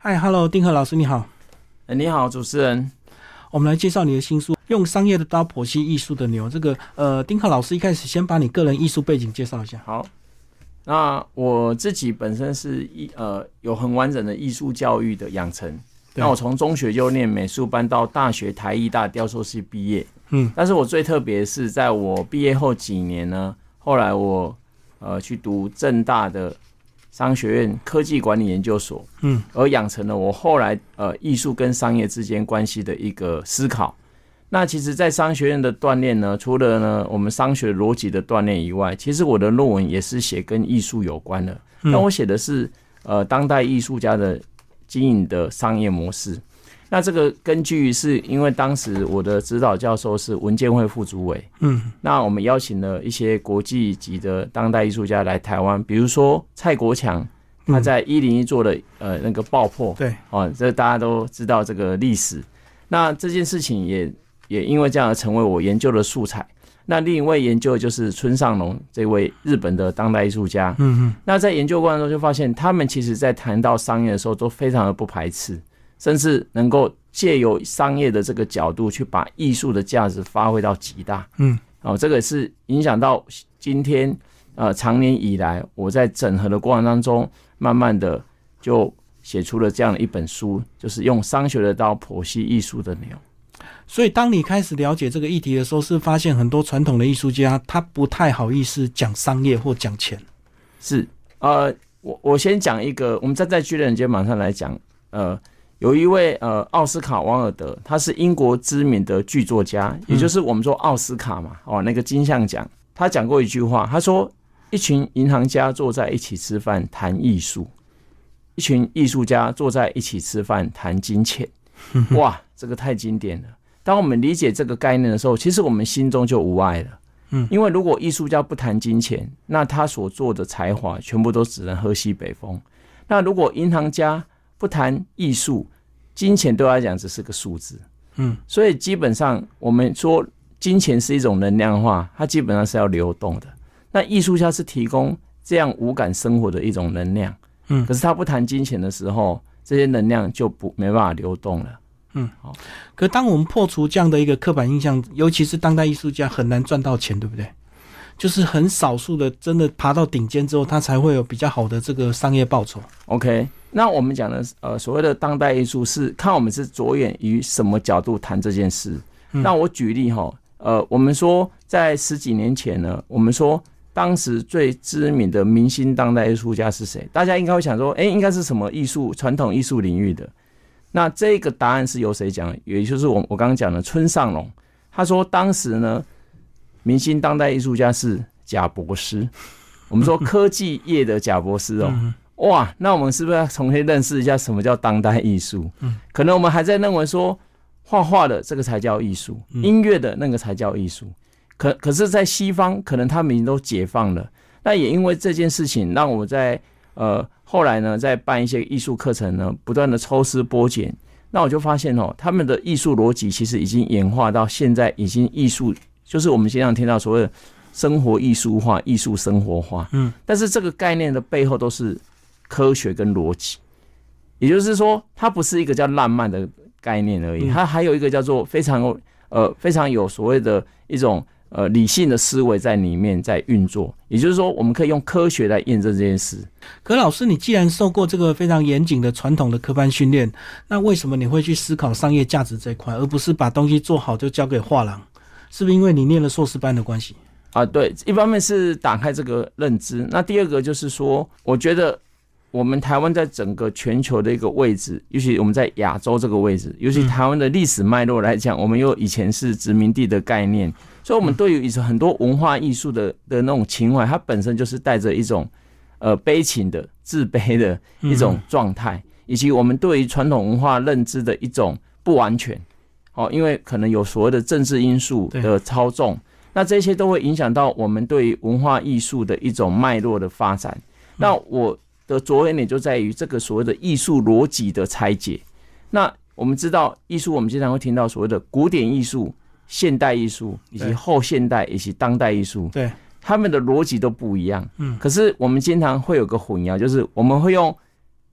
嗨 ，Hello， 丁和老师你好。 你好，主持人。 我们来介绍你的新书《用商业的刀剖析艺术的牛》。这个丁和老师一开始先把你个人艺术背景介绍一下。 好，那我自己本身是有很完整的艺术教育的养成。那我从中学就念美术班，到大学台艺大雕塑系毕业。但是我最特别的是，在我毕业后几年呢，后来我去读政大的商学院科技管理研究所，而养成了我后来艺术跟商业之间关系的一个思考。那其实在商学院的锻炼呢，除了呢我们商学逻辑的锻炼以外，其实我的论文也是写跟艺术有关的。那我写的是当代艺术家的经营的商业模式。那这个根据是因为当时我的指导教授是文建会副主委，那我们邀请了一些国际级的当代艺术家来台湾，比如说蔡国强，他在101做的那个爆破， 对， 这大家都知道这个历史。那这件事情也因为这样而成为我研究的素材。那另一位研究的就是村上隆这位日本的当代艺术家，那在研究过程中就发现，他们其实在谈到商业的时候都非常的不排斥。甚至能够借由商业的这个角度去把艺术的价值发挥到极大。这个是影响到今天长年以来我在整合的过程当中，慢慢的就写出了这样的一本书，就是用商学的刀剖析艺术的牛。 所以当你开始了解这个议题的时候，是发现很多传统的艺术家他不太好意思讲商业或讲钱。 是我先讲一个，我们站在巨人肩膀上来讲，有一位奥斯卡·王尔德，他是英国知名的剧作家，也就是我们说奥斯卡嘛，那个金像奖。他讲过一句话，他说：一群银行家坐在一起吃饭谈艺术，一群艺术家坐在一起吃饭谈金钱。哇，这个太经典了。当我们理解这个概念的时候，其实我们心中就无碍了。因为如果艺术家不谈金钱，那他所做的才华全部都只能喝西北风。那如果银行家不谈艺术，金钱对他来讲只是个数字。所以基本上我们说金钱是一种能量的话，它基本上是要流动的。那艺术家是提供这样无感生活的一种能量。可是他不谈金钱的时候，这些能量就没办法流动了。 好。可当我们破除这样的一个刻板印象，尤其是当代艺术家很难赚到钱，对不对？就是很少数的真的爬到顶尖之后，他才会有比较好的这个商业报酬。 OK， 那我们讲的所谓的当代艺术是看我们是着眼于什么角度谈这件事。那我举例我们说在10几年前呢，我们说当时最知名的明星当代艺术家是谁？大家应该会想说，应该是什么艺术传统艺术领域的？那这个答案是由谁讲？也就是我刚刚讲的村上隆。他说当时呢，明星当代艺术家是贾博士，我们说科技业的贾博士哇，那我们是不是要重新认识一下什么叫当代艺术？可能我们还在认为说画画的这个才叫艺术，音乐的那个才叫艺术。可是在西方可能他们已经都解放了。那也因为这件事情，让我在后来呢，在办一些艺术课程呢，不断的抽丝剥茧。那我就发现他们的艺术逻辑其实已经演化到现在已经艺术，就是我们经常听到所谓的生活艺术化、艺术生活化。但是这个概念的背后都是科学跟逻辑，也就是说，它不是一个叫浪漫的概念而已，它还有一个叫做非常有所谓的一种理性的思维在里面在运作。也就是说，我们可以用科学来验证这件事。 可老师，你既然受过这个非常严谨的传统的科班训练，那为什么你会去思考商业价值这一块，而不是把东西做好就交给画廊？是不是因为你念了硕士班的关系？ 对，一方面是打开这个认知，那第二个就是说，我觉得我们台湾在整个全球的一个位置，尤其我们在亚洲这个位置，尤其台湾的历史脉络来讲，我们又以前是殖民地的概念，所以我们对于很多文化艺术的那种情怀，它本身就是带着一种悲情的、自卑的一种状态，以及我们对于传统文化认知的一种不完全。因为可能有所谓的政治因素的操纵，那这些都会影响到我们对于文化艺术的一种脉络的发展。那我的着眼点就在于这个所谓的艺术逻辑的拆解。那我们知道艺术，我们经常会听到所谓的古典艺术、现代艺术以及后现代以及当代艺术，对，他们的逻辑都不一样。可是我们经常会有个混淆，就是我们会用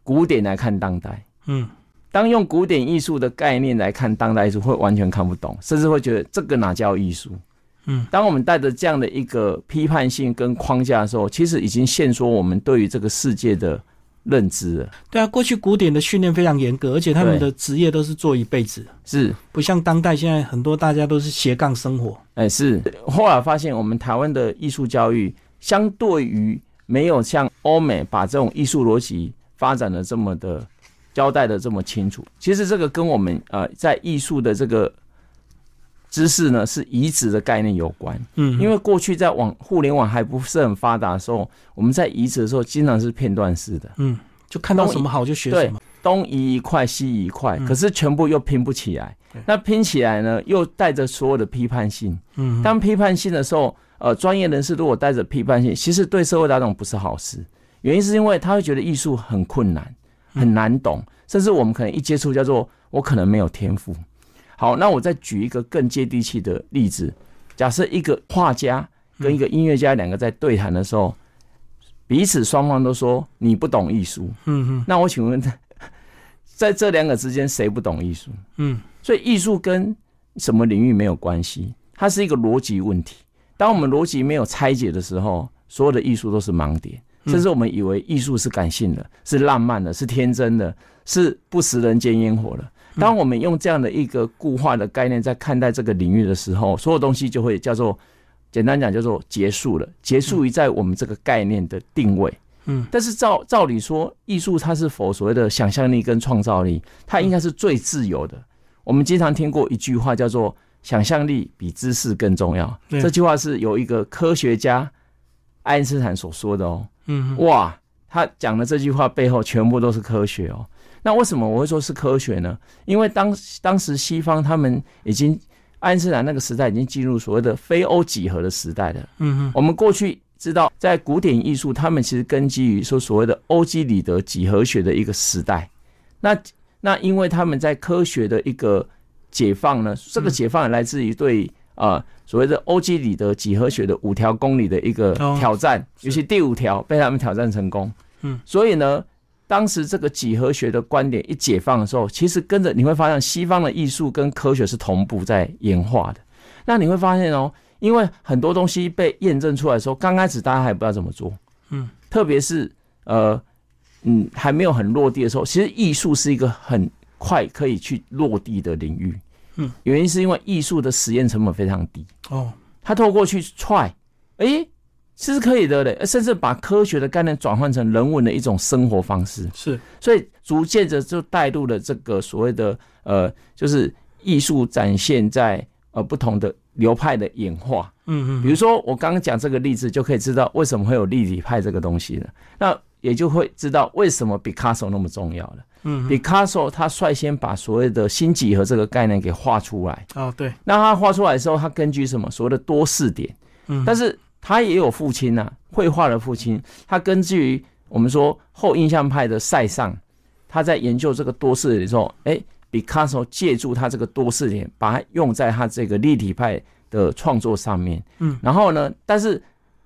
古典来看当代，当用古典艺术的概念来看当代艺术，会完全看不懂，甚至会觉得这个哪叫艺术？当我们带着这样的一个批判性跟框架的时候，其实已经限缩我们对于这个世界的认知了。 对啊，过去古典的训练非常严格，而且他们的职业都是做一辈子， 是不像当代现在很多大家都是斜杠生活。 是。后来发现我们台湾的艺术教育相对于没有像欧美把这种艺术逻辑发展的这么的交代的这么清楚，其实这个跟我们在艺术的这个知识呢是移植的概念有关。因为过去在互联网还不是很发达的时候，我们在移植的时候经常是片段式的， 就看到什么好就学什么， 东移一块西移一块，可是全部又拼不起来。那拼起来呢，又带着所有的批判性。当批判性的时候，专业人士如果带着批判性，其实对社会大众不是好事。原因是因为他会觉得艺术很困难，很难懂，甚至我们可能一接触叫做我可能没有天赋。好，那我再举一个更接地气的例子，假设一个画家跟一个音乐家两个在对谈的时候，彼此双方都说你不懂艺术。那我请问，在这两个之间谁不懂艺术？所以艺术跟什么领域没有关系，它是一个逻辑问题。当我们逻辑没有拆解的时候，所有的艺术都是盲点，甚至我们以为艺术是感性的，是浪漫的，是天真的，是不食人间烟火的。当我们用这样的一个固化的概念在看待这个领域的时候，所有东西就会叫做，简单讲叫做结束了，结束于在我们这个概念的定位。但是照理说，艺术它是否所谓的想象力跟创造力，它应该是最自由的。我们经常听过一句话叫做想象力比知识更重要，这句话是由一个科学家爱因斯坦所说的哦。哇，他讲的这句话背后全部都是科学哦。那为什么我会说是科学呢？因为当时西方他们已经，爱因斯坦那个时代已经进入所谓的非欧几何的时代了。我们过去知道，在古典艺术，他们其实根基于说所谓的欧几里得几何学的一个时代。那因为他们在科学的一个解放呢，这个解放也来自于对所谓的欧几里得几何学的5条公理的一个挑战，尤其第5条被他们挑战成功。所以呢，当时这个几何学的观点一解放的时候，其实跟着你会发现西方的艺术跟科学是同步在演化的。那你会发现哦，因为很多东西被验证出来的时候，刚开始大家还不知道怎么做。特别是还没有很落地的时候，其实艺术是一个很快可以去落地的领域。原因是因为艺术的实验成本非常低。他透过去 try， 是可以的嘞，甚至把科学的概念转换成人文的一种生活方式。 是， 所以逐渐的就带入了这个所谓的就是艺术展现在不同的流派的演化。比如说我刚刚讲这个例子，就可以知道为什么会有立体派这个东西了。那也就会知道为什么 Picasso 那么重要了。Picasso 他率先把所谓的新几何这个概念给画出来。 对。 那他画出来的时候，他根据什么？所谓的多视点。但是他也有父亲啊，绘画的父亲，他根据我们说后印象派的塞尚，他在研究这个多视点的时候，Picasso 借助他这个多视点，把它用在他这个立体派的创作上面。然后呢，但是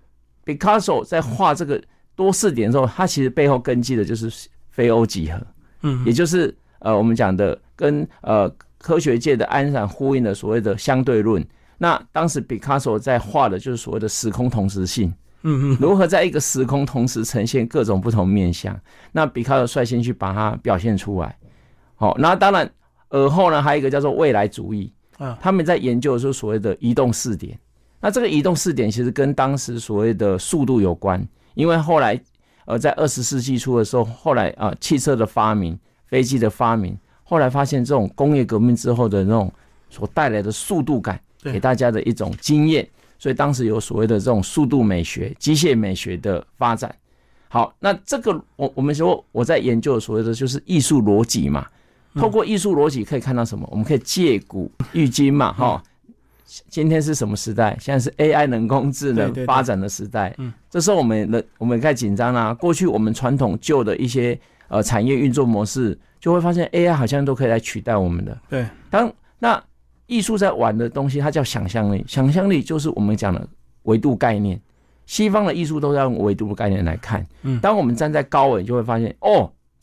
Picasso 在画这个多视点的时候，他其实背后根基的就是非欧几何。也就是我们讲的跟科学界的爱因斯坦呼应的所谓的相对论。那当时 Picasso 在画的就是所谓的时空同时性。如何在一个时空同时呈现各种不同面向，那 Picasso 率先去把它表现出来。那当然而后呢，还有一个叫做未来主义。他们在研究的就是所谓的移动视点。那这个移动视点其实跟当时所谓的速度有关，因为后来在20世纪初的时候，后来汽车的发明、飞机的发明，后来发现这种工业革命之后的那种所带来的速度感，给大家的一种经验，所以当时有所谓的这种速度美学、机械美学的发展。好，那这个我们说我在研究的所谓的就是艺术逻辑嘛，透过艺术逻辑可以看到什么？我们可以借古喻今嘛，今天是什么时代？现在是 AI 人工智能发展的时代。这时候我们开始紧张啦。过去我们传统旧的一些产业运作模式，就会发现 AI 好像都可以来取代我们的。 对。 那艺术在玩的东西，它叫想象力。想象力就是我们讲的维度概念。西方的艺术都要用维度的概念来看。当我们站在高维，就会发现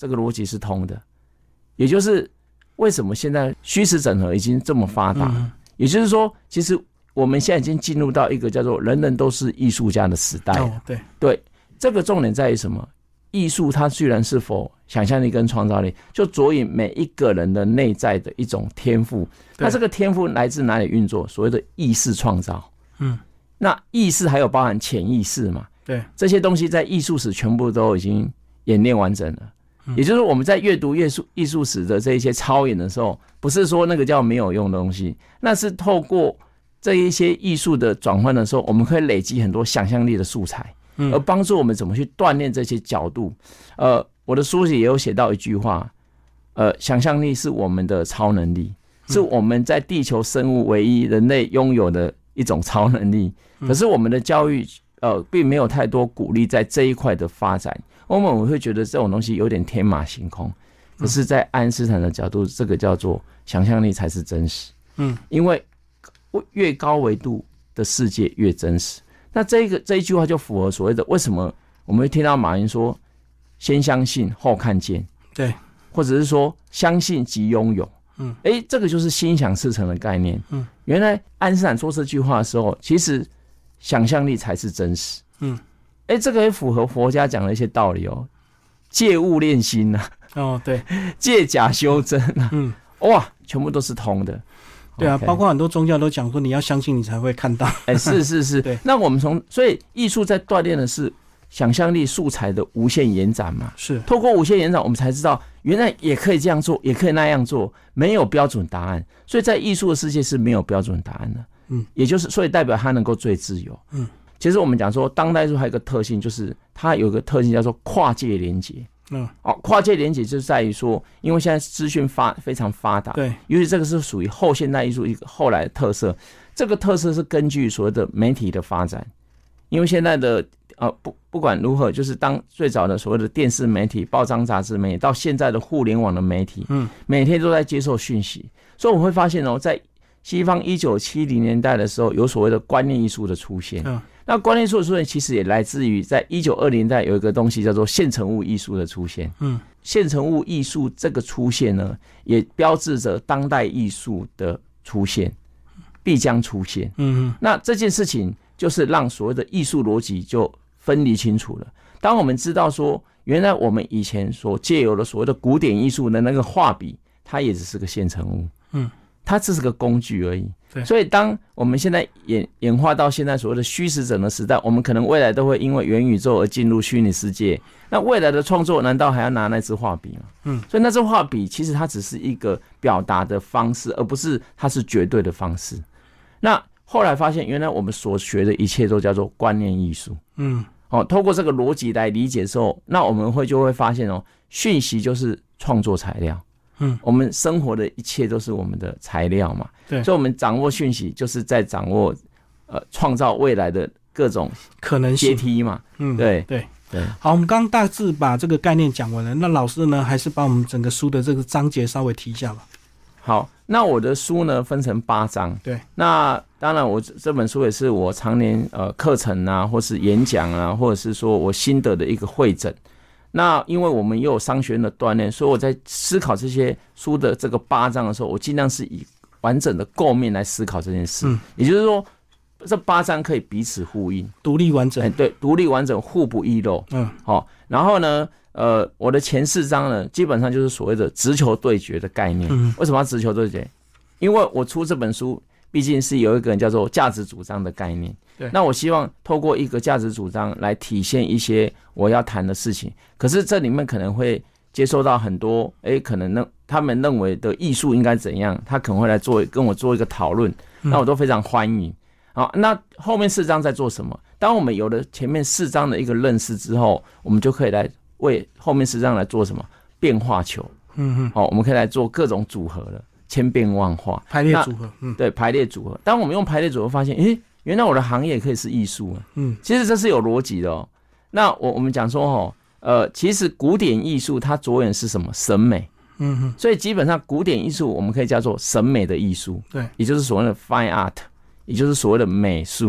这个逻辑是通的，也就是为什么现在虚实整合已经这么发达，也就是说，其实我们现在已经进入到一个叫做人人都是艺术家的时代了。对，这个重点在于什么？艺术它居然是否想象力跟创造力，就着眼每一个人的内在的一种天赋。那这个天赋来自哪里运作？所谓的意识创造。那意识还有包含潜意识嘛？对，这些东西在艺术史全部都已经演练完整了。也就是我们在阅读艺术史的这一些操演的时候，不是说那个叫没有用的东西，那是透过这一些艺术的转换的时候，我们可以累积很多想象力的素材。而帮助我们怎么去锻炼这些角度。我的书里也有写到一句话，想象力是我们的超能力，是我们在地球生物唯一人类拥有的一种超能力。可是我们的教育并没有太多鼓励在这一块的发展，我们会觉得这种东西有点天马行空。可是在爱因斯坦的角度，这个叫做想象力才是真实。因为越高维度的世界越真实。那这一句话就符合所谓的为什么我们会听到马云说先相信后看见，对，或者是说相信即拥有。这个就是心想事成的概念。原来爱因斯坦说这句话的时候，其实想象力才是真实。这个也符合佛家讲的一些道理哦，借物练心啊，对，借假修真啊，哇，全部都是通的。对啊，包括很多宗教都讲说你要相信你才会看到。是。对，那我们所以艺术在锻炼的是想象力素材的无限延展嘛。是，透过无限延展，我们才知道原来也可以这样做，也可以那样做，没有标准答案。所以在艺术的世界是没有标准答案的。也就是所以代表它能够最自由。其实我们讲说当代艺术还有一个特性，就是它有一个特性叫做跨界连结。跨界连结就是在于说，因为现在资讯非常发达，对，尤其这个是属于后现代艺术一个后来的特色。这个特色是根据所谓的媒体的发展，因为现在的不管如何，就是当最早的所谓的电视媒体、报章杂志媒体，到现在的互联网的媒体，每天都在接受讯息，所以我们会发现在西方1970年代的时候，有所谓的观念艺术的出现。那观念艺术的出现其实也来自于在1920年代有一个东西叫做现成物艺术的出现。现成物艺术这个出现呢，也标志着当代艺术的出现，必将出现。那这件事情就是让所谓的艺术逻辑就分离清楚了。当我们知道说，原来我们以前所借由的所谓的古典艺术的那个画笔，它也只是个现成物。它只是个工具而已。所以当我们现在演化到现在所谓的虚实整的时代，我们可能未来都会因为元宇宙而进入虚拟世界。那未来的创作难道还要拿那支画笔吗？所以那支画笔其实它只是一个表达的方式，而不是它是绝对的方式。那后来发现，原来我们所学的一切都叫做观念艺术。透过这个逻辑来理解的时候，那我们就会发现讯息就是创作材料。我们生活的一切都是我们的材料嘛。对，所以我们掌握讯息，就是在掌握创造未来的各种可能性阶梯嘛。对。好，我们刚刚大致把这个概念讲完了，那老师呢，还是把我们整个书的这个章节稍微提一下吧。好，那我的书呢分成8章。对，那当然我这本书也是我常年课程啊，或是演讲啊，或者是说我心得的一个汇整。那因为我们又有商学院的锻炼，所以我在思考这些书的这个8章的时候，我尽量是以完整的构面来思考这件事。也就是说，这8章可以彼此呼应，独立完整。对，独立完整，互不遗漏。然后呢，我的前4章呢，基本上就是所谓的直球对决的概念。为什么要直球对决？因为我出这本书，毕竟是有一个人叫做价值主张的概念。对，那我希望透过一个价值主张来体现一些我要谈的事情。可是这里面可能会接收到很多，可能他们认为的艺术应该怎样，他可能会来跟我做一个讨论，那我都非常欢迎。好，那后面4章在做什么？当我们有了前面4章的一个认识之后，我们就可以来为后面4章来做什么？变化球。我们可以来做各种组合了，千变万化，排列组合。对，排列组合。当我们用排列组合发现，原来我的行业可以是艺术。其实这是有逻辑的。那我们讲说其实古典艺术它着眼是什么？审美。所以基本上古典艺术我们可以叫做审美的艺术。对，也就是所谓的 fine art， 也就是所谓的美术。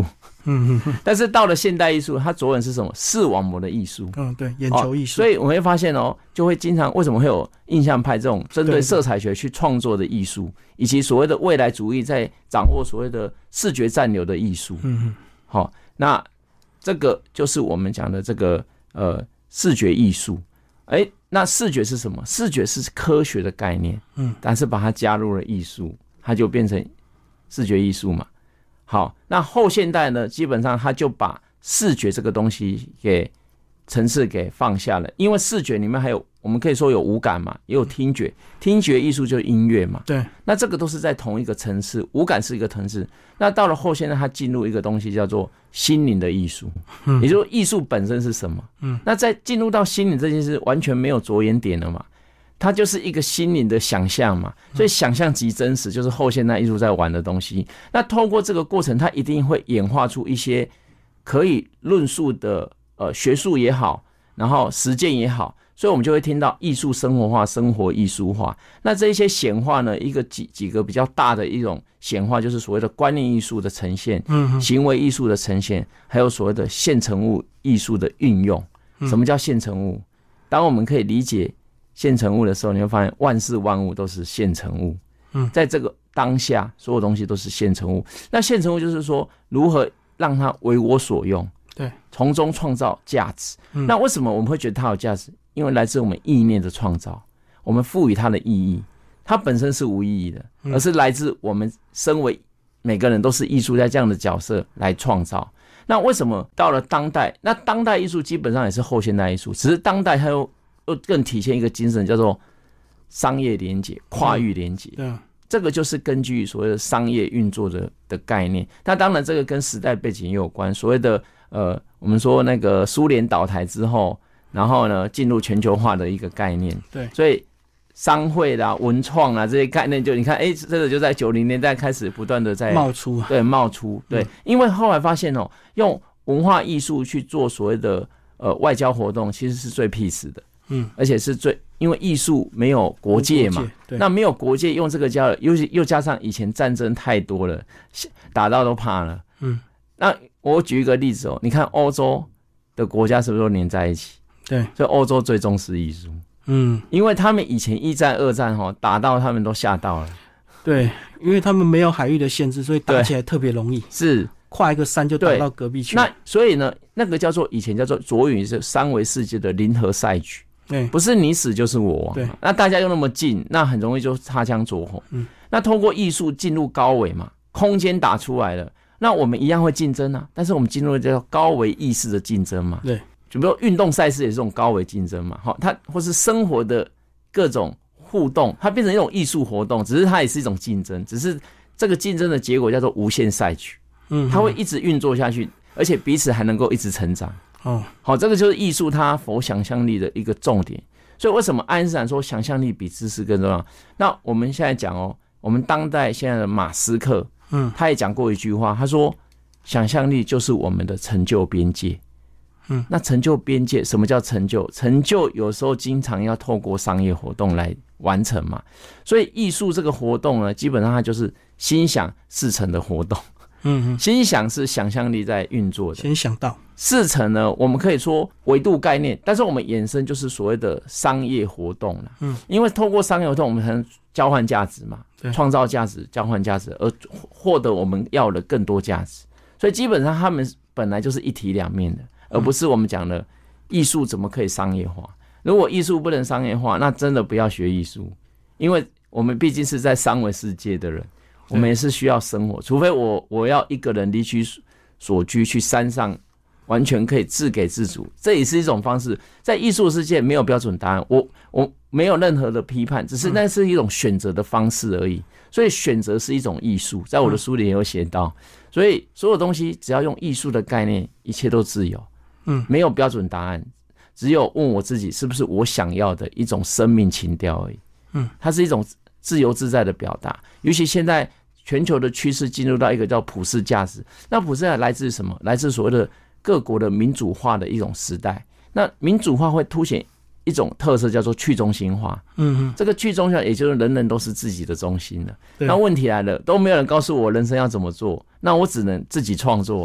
但是到了现代艺术，它着眼是什么？视网膜的艺术。 对，眼球艺术。 所以我会发现就会经常为什么会有印象派这种针对色彩学去创作的艺术，以及所谓的未来主义在掌握所谓的视觉暂留的艺术。那这个就是我们讲的这个视觉艺术。那视觉是什么？视觉是科学的概念，但是把它加入了艺术，它就变成视觉艺术嘛。好，那后现代呢，基本上他就把视觉这个东西给层次给放下了，因为视觉里面还有我们可以说有五感嘛，也有听觉，听觉艺术就是音乐嘛。 对，那这个都是在同一个层次，五感是一个层次。那到了后现代，它进入一个东西叫做心灵的艺术，也就是说艺术本身是什么？那在进入到心灵这件事，完全没有着眼点了嘛。它就是一个心灵的想象嘛，所以想象即真实，就是后现代艺术在玩的东西。那透过这个过程，它一定会演化出一些可以论述的学术也好，然后实践也好，所以我们就会听到艺术生活化、生活艺术化。那这一些显化呢，几个比较大的一种显化，就是所谓的观念艺术的呈现，行为艺术的呈现，还有所谓的现成物艺术的运用。什么叫现成物？当我们可以理解现成物的时候，你会发现万事万物都是现成物。在这个当下，所有东西都是现成物。那现成物就是说，如何让它为我所用， 对， 从中创造价值。那为什么我们会觉得它有价值？因为来自我们意念的创造，我们赋予它的意义，它本身是无意义的，而是来自我们身为每个人都是艺术家这样的角色来创造。那为什么到了当代？那当代艺术基本上也是后现代艺术，只是当代它又更体现一个精神，叫做商业连结、跨域连结。这个就是根据所谓的商业运作的概念。那当然，这个跟时代背景也有关。所谓的我们说那个苏联倒台之后，然后呢进入全球化的一个概念。 对， 所以商会啦、文创啦这些概念，就你看，这个就在90年代开始不断的在冒出。 对，因为后来发现用文化艺术去做所谓的外交活动，其实是最 peace 的。而且是因为艺术没有国界嘛，那没有国界，用这个交流，又加上以前战争太多了，打到都怕了。那我举一个例子你看欧洲的国家是不是都连在一起？ 对， 所以欧洲最重视艺术。因为他们以前1战2战打到他们都吓到了。对， 因为他们没有海域的限制，所以打起来特别容易。 是。 跨一个山就打到隔壁去。 那所以呢，那个以前叫做着眼于是三维世界的零和赛局。 对， 不是你死就是我。对，那大家又那么近，那很容易就擦枪走火。那通过艺术进入高维嘛，空间打出来了，那我们一样会竞争啊，但是我们进入了叫高维意识的竞争嘛。 对， 就比如运动赛事也是这种高维竞争嘛。它或是生活的各种互动，它变成一种艺术活动，只是它也是一种竞争，只是这个竞争的结果叫做无限赛局。它会一直运作下去，而且彼此还能够一直成长。好，这个就是艺术它佛想象力的一个重点。所以为什么爱因斯坦说想象力比知识更重要？那我们现在讲我们当代现在的马斯克，他也讲过一句话，他说想象力就是我们的成就边界。那成就边界，什么叫成就？成就有时候经常要透过商业活动来完成嘛。所以艺术这个活动呢，基本上它就是心想事成的活动。心想是想象力在运作的， 先想到。 事成呢，我们可以说维度概念，但是我们衍生就是所谓的商业活动了。因为透过商业活动，我们才能交换价值嘛，创造价值、交换价值，而获得我们要的更多价值。所以基本上他们本来就是一体两面的，而不是我们讲的艺术怎么可以商业化。如果艺术不能商业化，那真的不要学艺术，因为我们毕竟是在三维世界的人。我们也是需要生活，除非我要一个人离居所居去山上，完全可以自给自足，这也是一种方式。在艺术世界没有标准答案，我没有任何的批判，只是那是一种选择的方式而已。所以选择是一种艺术，在我的书里也有写到。所以所有东西只要用艺术的概念，一切都自由。没有标准答案，只有问我自己是不是我想要的一种生命情调而已。它是一种自由自在的表达，尤其现在全球的趋势进入到一个叫普世价值。那普世价值来自什么？来自所谓的各国的民主化的一种时代。那民主化会凸显一种特色，叫做去中心化。这个去中心化，也就是人人都是自己的中心了。那问题来了，都没有人告诉我人生要怎么做，那我只能自己创作啊。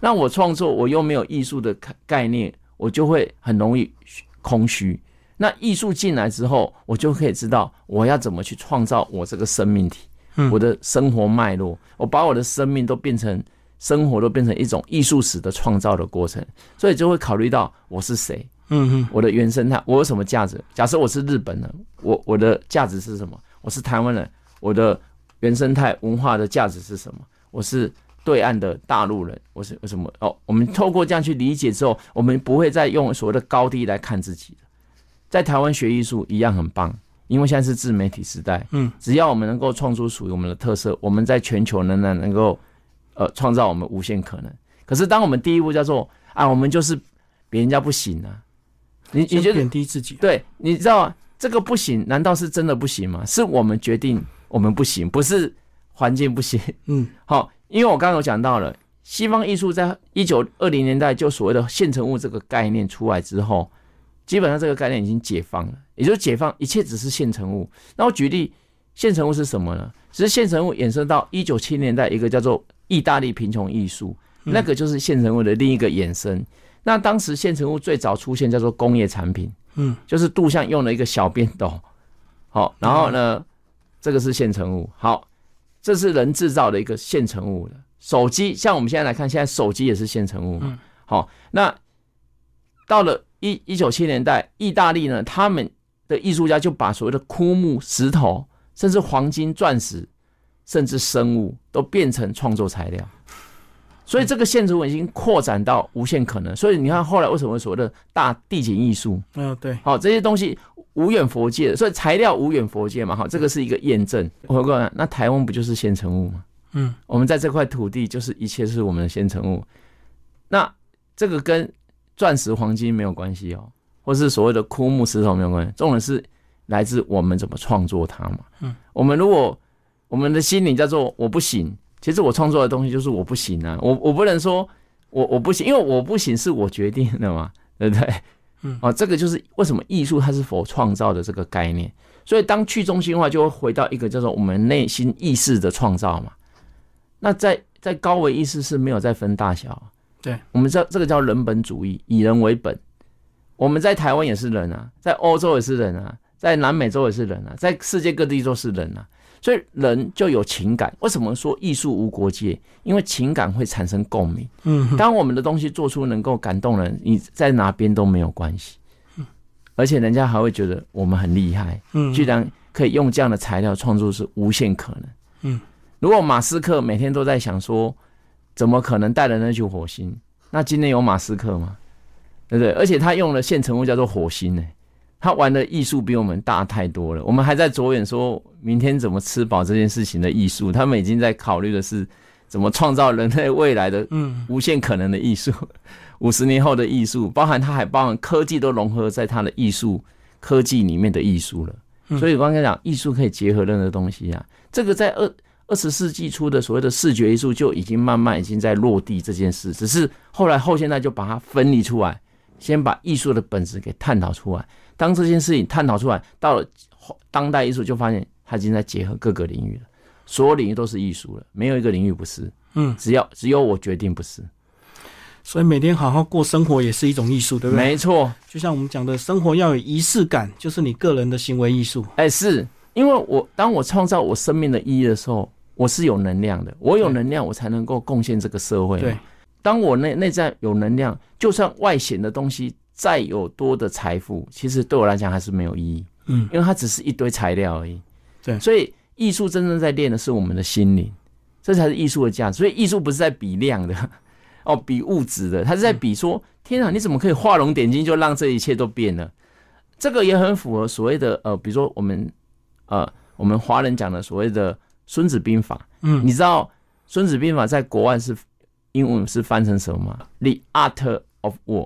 那我创作我又没有艺术的概念，我就会很容易空虚。那艺术进来之后，我就可以知道我要怎么去创造我这个生命体，我的生活脉络，我把我的生命都变成生活都变成一种艺术史的创造的过程，所以就会考虑到我是谁，我的原生态，我有什么价值？假设我是日本人，我的价值是什么？我是台湾人，我的原生态文化的价值是什么？我是对岸的大陆人，我是什么？我们透过这样去理解之后，我们不会再用所谓的高低来看自己。在台湾学艺术一样很棒，因为现在是自媒体时代，只要我们能够创出属于我们的特色，我们在全球仍然能够创造我们无限可能。可是当我们第一步叫做我们就是比人家不行啊，你觉得贬低自己？ 对，你知道这个不行，难道是真的不行吗？是我们决定我们不行，不是环境不行。好，因为我刚刚有讲到了，西方艺术在1920年代就所谓的现成物这个概念出来之后，基本上这个概念已经解放了，也就是解放一切只是现成物。那我举例，现成物是什么呢？只是现成物衍生到1970年代一个叫做意大利贫穷艺术，那个就是现成物的另一个衍生。那当时现成物最早出现叫做工业产品，就是杜象用了一个小便斗，好，然后呢，这个是现成物，好，这是人制造的一个现成物的手机，像我们现在来看，现在手机也是现成物嘛，好，那到了1970年代，意大利呢，他们的艺术家就把所谓的枯木、石头，甚至黄金、钻石，甚至生物，都变成创作材料。所以这个现成物已经扩展到无限可能。所以你看后来为什么所谓的大地景艺术， 对， 好，这些东西无远弗届的，所以材料无远弗届嘛，好，这个是一个验证。回过来，那台湾不就是现成物吗？我们在这块土地就是一切是我们的现成物。那这个跟钻石、黄金没有关系哦，或是所谓的枯木、石头没有关系，重点是来自我们怎么创作它嘛。我们如果我们的心理叫做我不行，其实我创作的东西就是我不行啊，我不能说我不行，因为我不行是我决定的嘛，对不对？这个就是为什么艺术它是否创造的这个概念。所以当去中心化，就会回到一个叫做我们内心意识的创造嘛。那在高维意识是没有再分大小。 对， 我们这个叫人本主义，以人为本。我们在台湾也是人啊，在欧洲也是人啊，在南美洲也是人啊，在世界各地都是人啊。所以人就有情感。为什么说艺术无国界？因为情感会产生共鸣。当我们的东西做出能够感动人，你在哪边都没有关系。而且人家还会觉得我们很厉害，居然可以用这样的材料创作是无限可能。如果马斯克每天都在想说，怎么可能带人类去火星？那今天有马斯克吗？对不对？而且他用了现成物叫做火星呢，他玩的艺术比我们大太多了。我们还在着眼说明天怎么吃饱这件事情的艺术，他们已经在考虑的是怎么创造人类未来的无限可能的艺术，50年后的艺术，包含科技都融合在他的艺术科技里面的艺术了。所以我刚才讲，艺术可以结合任何东西啊。这个在20世纪初的所谓的视觉艺术就已经慢慢已经在落地这件事，只是后现在就把它分离出来，先把艺术的本质给探讨出来。当这件事情探讨出来，到了当代艺术，就发现它已经在结合各个领域了，所有领域都是艺术了，没有一个领域不是。只有我决定不是。 所以每天好好过生活也是一种艺术，对不对？ 没错， 就像我们讲的，生活要有仪式感，就是你个人的行为艺术。 是因为当我创造我生命的意义的时候，我是有能量的，我有能量，我才能够贡献这个社会。对，当我内在有能量，就算外显的东西再有多的财富，其实对我来讲还是没有意义。因为它只是一堆材料而已。对，所以艺术真正在练的是我们的心灵，这才是艺术的价值。所以艺术不是在比量的，比物质的，它是在比说，天啊，你怎么可以画龙点睛就让这一切都变了？这个也很符合所谓的比如说我们华人讲的所谓的孙子兵法。你知道孙子兵法在国外是英文是翻成什么吗？ The Art of War。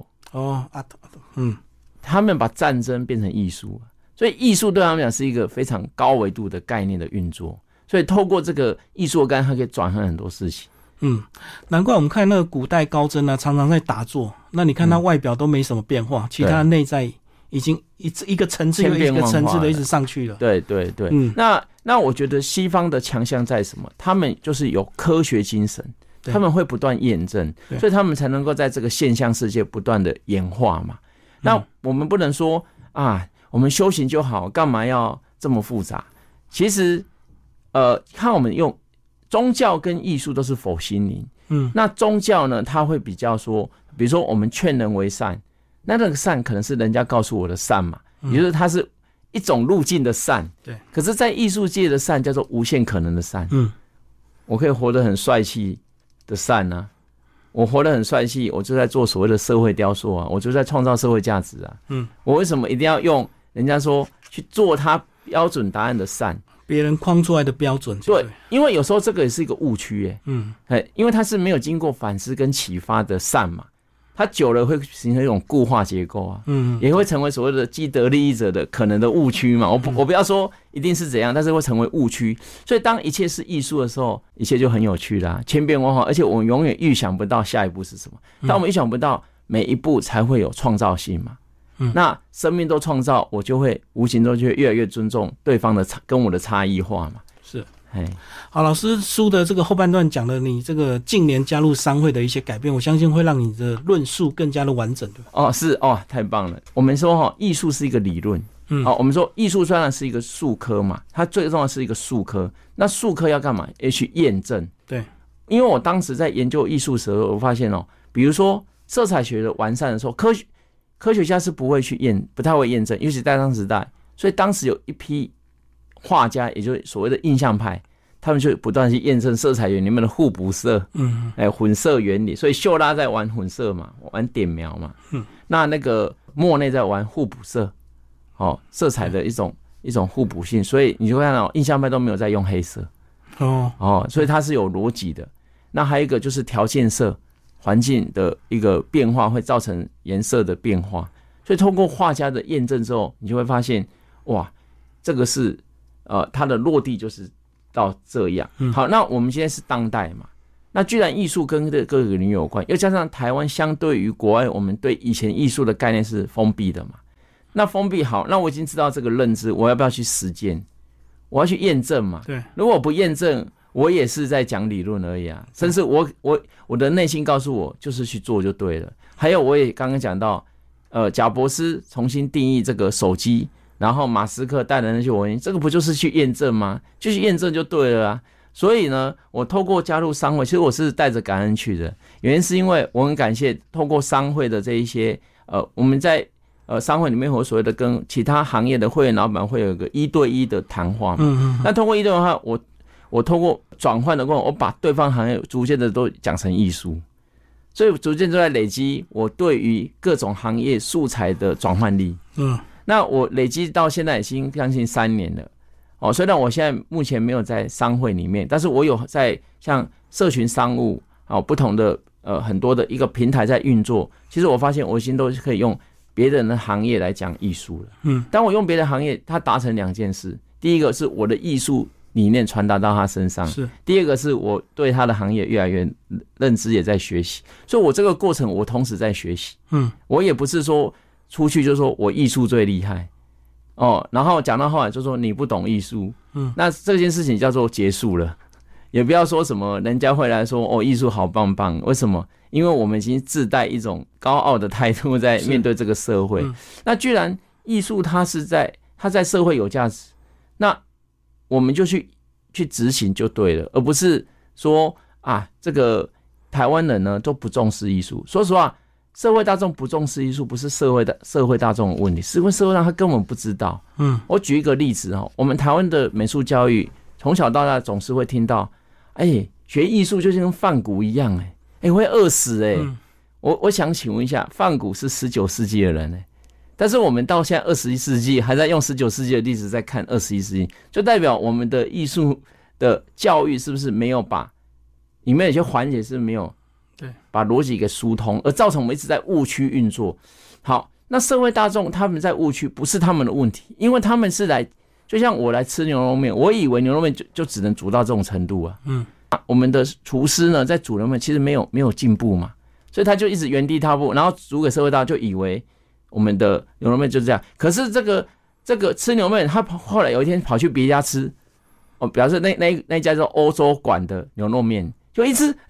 他们把战争变成艺术，所以艺术对他们讲是一个非常高维度的概念的运作。所以透过这个艺术的概念，它可以转换很多事情。 难怪我们看那个古代高僧啊，常常在打坐，那你看他外表都没什么变化，其他内在已经一个层次又一个层次的一直上去了。对对对。那我觉得西方的强项在什么？他们就是有科学精神， 他们会不断验证，所以他们才能够在这个现象世界不断的演化嘛。那我们不能说啊，我们修行就好，干嘛要这么复杂？其实，看我们用宗教跟艺术都是否心灵，那宗教呢，它会比较说，比如说我们劝人为善，那个善可能是人家告诉我的善嘛，也就是它是一种路径的善， 对。 可是，在艺术界的善叫做无限可能的善，我可以活得很帅气的善啊。我活得很帅气，我就在做所谓的社会雕塑啊，我就在创造社会价值啊。我为什么一定要用人家说去做他标准答案的善？ 别人框出来的标准， 对，因为有时候这个也是一个误区，因为它是没有经过反思跟启发的善嘛，它久了会形成一种固化结构啊，也会成为所谓的既得利益者的可能的误区嘛。我不要说一定是怎样，但是会成为误区。所以当一切是艺术的时候，一切就很有趣啦，千变万化，而且我们永远预想不到下一步是什么。当我们预想不到，每一步才会有创造性嘛。那生命都创造，我就会无形中就会越来越尊重对方的跟我的差异化嘛。 是，好，老师书的这个后半段讲了你这个近年加入商会的一些改变，我相信会让你的论述更加的完整，对吧？ 是太棒了。我们说艺术是一个理论，我们说艺术虽然是一个术科嘛，它最重要的是一个术科。那术科要干嘛？要去验证。对，因为我当时在研究艺术的时候，我发现比如说色彩学的完善的时候，科学家是不太会验证，尤其在当时代，所以当时有一批画家，也就是所谓的印象派，他们就不断去验证色彩原理里面的互补色，混色原理。所以秀拉在玩混色嘛，玩点描嘛，那个莫内在玩互补色，色彩的一种互补性。所以你就看到印象派都没有在用黑色，所以它是有逻辑的。那还有一个就是条件色。环境的一个变化会造成颜色的变化，所以通过画家的验证之后，你就会发现，哇，这个是它的落地就是到这样。好，那我们现在是当代嘛，那居然艺术跟这各个领域有关，又加上台湾相对于国外，我们对以前艺术的概念是封闭的嘛。那封闭好，那我已经知道这个认知，我要不要去实践？我要去验证嘛。对，如果我不验证，我也是在讲理论而已啊，甚至我的内心告诉我就是去做就对了。还有我也刚刚讲到，贾伯斯重新定义这个手机，然后马斯克带的那些文音，这个不就是去验证吗？就去验证就对了啊。所以呢，我透过加入商会，其实我是带着感恩去的，原因是因为我很感谢透过商会的这一些我们在商会里面有所谓的跟其他行业的会员老板会有一个1对1的谈话嘛。那通过1对1的话，我透过转换的过程，我把对方行业逐渐的都讲成艺术，所以逐渐都在累积我对于各种行业素材的转换力。那我累积到现在已经将近3年了。虽然我现在目前没有在商会里面，但是我有在像社群商务不同的很多的一个平台在运作。其实我发现我已经都可以用别人的行业来讲艺术了。当我用别的行业，它达成2件事：第一个是我的艺术理念传达到他身上，是第二个是我对他的行业越来越认知，也在学习。所以我这个过程我同时在学习。我也不是说出去就说我艺术最厉害然后讲到后来就说你不懂艺术，那这件事情叫做结束了。也不要说什么人家会来说艺术好棒棒，为什么？因为我们已经自带一种高傲的态度在面对这个社会。那居然艺术它在社会有价值，那我们就去执行就对了，而不是说这个台湾人呢都不重视艺术。说实话，社会大众不重视艺术，不是社会大众的问题，是因为社会上他根本不知道。我举一个例子我们台湾的美术教育从小到大总是会听到，学艺术就像梵谷一样，会饿死我想请问一下，梵谷是19世纪的人但是我们到现在21世纪还在用19世纪的例子在看21世纪，就代表我们的艺术的教育是不是没有把里面有些环节是没有把逻辑给疏通，而造成我们一直在误区运作。好，那社会大众他们在误区不是他们的问题，因为他们是来，就像我来吃牛肉面，我以为牛肉面就只能煮到这种程度啊。我们的厨师呢在煮牛肉面其实没有进步嘛，所以他就一直原地踏步，然后煮给社会大众就以为我们的牛肉面就这样。可是这个吃牛肉面，他后来有一天跑去别家吃，表示那家叫欧洲馆的牛肉面，就一吃，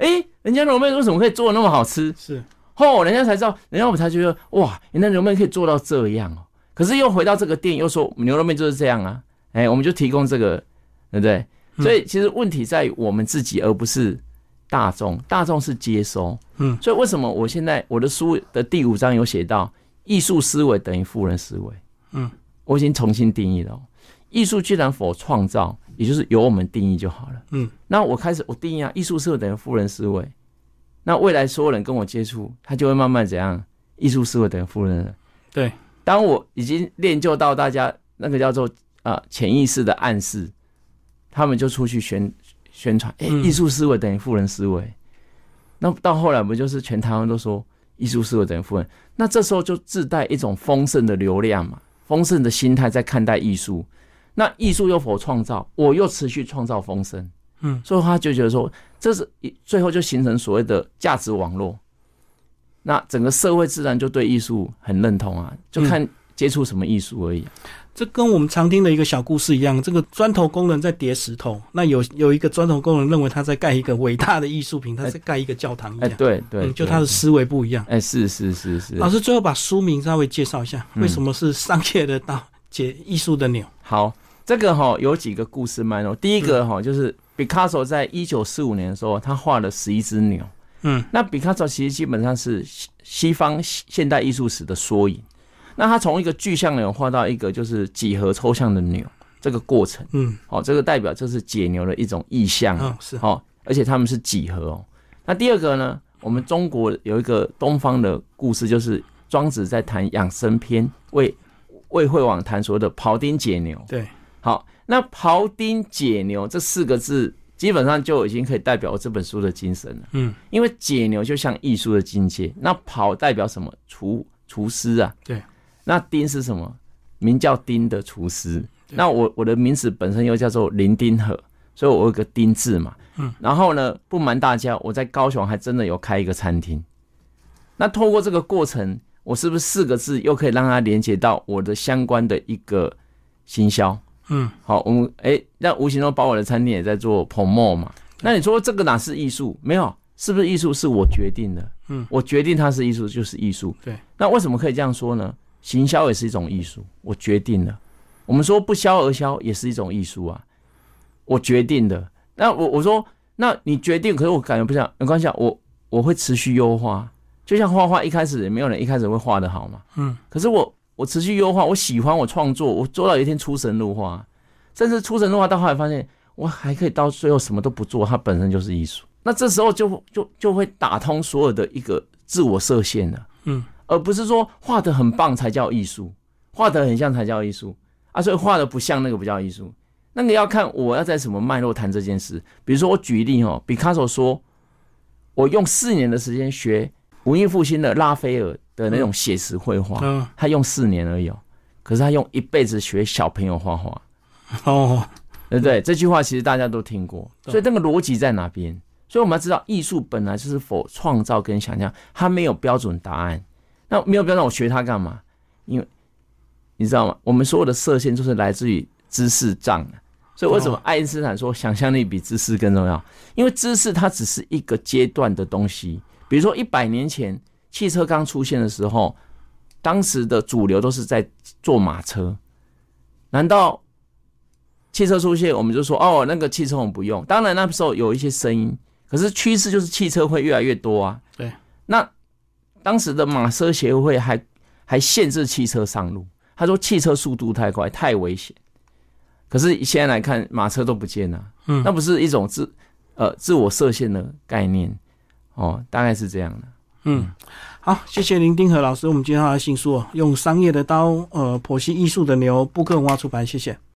人家牛肉面为什么可以做的那么好吃？ 是， 人家才知道，人家我们才觉得哇，原来牛肉面可以做到这样哦。可是又回到这个店，又说牛肉面就是这样啊，我们就提供这个，对不对？所以其实问题在于我们自己，而不是大众。大众是接收，所以为什么我现在我的书的第5章有写到，艺术思维等于富人思维，我已经重新定义了。艺术既然否创造，也就是由我们定义就好了。那我定义啊，艺术思维等于富人思维。那未来所有人跟我接触，他就会慢慢怎样？艺术思维等于富人了。 对， 当我已经练就到大家那个叫做潜意识的暗示，他们就出去宣传，艺术思维等于富人思维。那到后来不就是全台湾都说艺术思维等于富人？那这时候就自带一种丰盛的流量嘛，丰盛的心态在看待艺术。那艺术又否创造，我又持续创造丰盛，所以他就觉得说，这是最后就形成所谓的价值网络。那整个社会自然就对艺术很认同啊，就看接触什么艺术而已。 这跟我们常听的一个小故事一样，这个砖头工人在叠石头，那有一个砖头工人认为他在盖一个伟大的艺术品，他在盖一个教堂一样。 对， 就他的思维不一样。 是。 老师最后把书名稍微介绍一下，为什么是商业的刀解艺术的钮？ 好，这个有几个故事脉络。第一个就是 Picasso 在1945年的时候，他画了11只鸟。那 Picasso 其实基本上是西方现代艺术史的缩影。那他从一个具象牛画到一个就是几何抽象的牛，这个过程，这个代表这是解牛的一种意象，是，而且他们是几何哦。那第二个呢，我们中国有一个东方的故事，就是庄子在谈养生篇，为惠王谈所谓的庖丁解牛。 对， 好，那庖丁解牛这4个字，基本上就已经可以代表我这本书的精神了。因为解牛就像艺术的境界，那庖代表什么？厨师啊。对。那丁是什么？名叫丁的厨师。那我的名字本身又叫做林丁和，所以我有个丁字嘛。然后呢，不瞒大家，我在高雄还真的有开一个餐厅。那透过这个过程，我是不是4个字又可以让它连接到我的相关的一个行销？好，我们那无形中把我的餐厅也在做 promote 嘛。那你说这个哪是艺术？没有，是不是艺术是我决定的？我决定它是艺术就是艺术。对，那为什么可以这样说呢？行销也是一种艺术，我决定了。我们说不销而销也是一种艺术啊，我决定的。那我说，那你决定，可是我感觉不像，没关系啊，我会持续优化。就像画画一开始也没有人一开始会画得好嘛，可是我持续优化，我喜欢我创作，我做到有一天出神入化，甚至出神入化到后来发现，我还可以到最后什么都不做，它本身就是艺术。那这时候就会打通所有的一个自我设限了，而不是说画得很棒才叫艺术，画得很像才叫艺术啊，所以画得不像那个不叫艺术。那个要看我要在什么脉络谈这件事。比如说我举例Picasso 说，我用4年的时间学文艺复兴的拉斐尔的那种写实绘画，他用4年而已可是他用一辈子学小朋友画画，对不对？这句话其实大家都听过，所以那个逻辑在哪边？所以我们要知道，艺术本来就是否创造跟想象，它没有标准答案。那没有标准，我学它干嘛？因为你知道吗？我们所有的设限就是来自于知识障。所以为什么爱因斯坦说想象力比知识更重要？因为知识它只是一个阶段的东西。比如说100年前汽车刚出现的时候，当时的主流都是在坐马车。难道汽车出现我们就说那个汽车我们不用？当然那时候有一些声音，可是趋势就是汽车会越来越多啊。对，那当时的马车协会还限制汽车上路，他说汽车速度太快，太危险。可是现在来看，马车都不见了，那不是一种自我设限的概念大概是这样的。 好，谢谢林丁和老师，我们介绍他的新书用商业的刀剖析艺术的牛，布克文化出版，谢谢。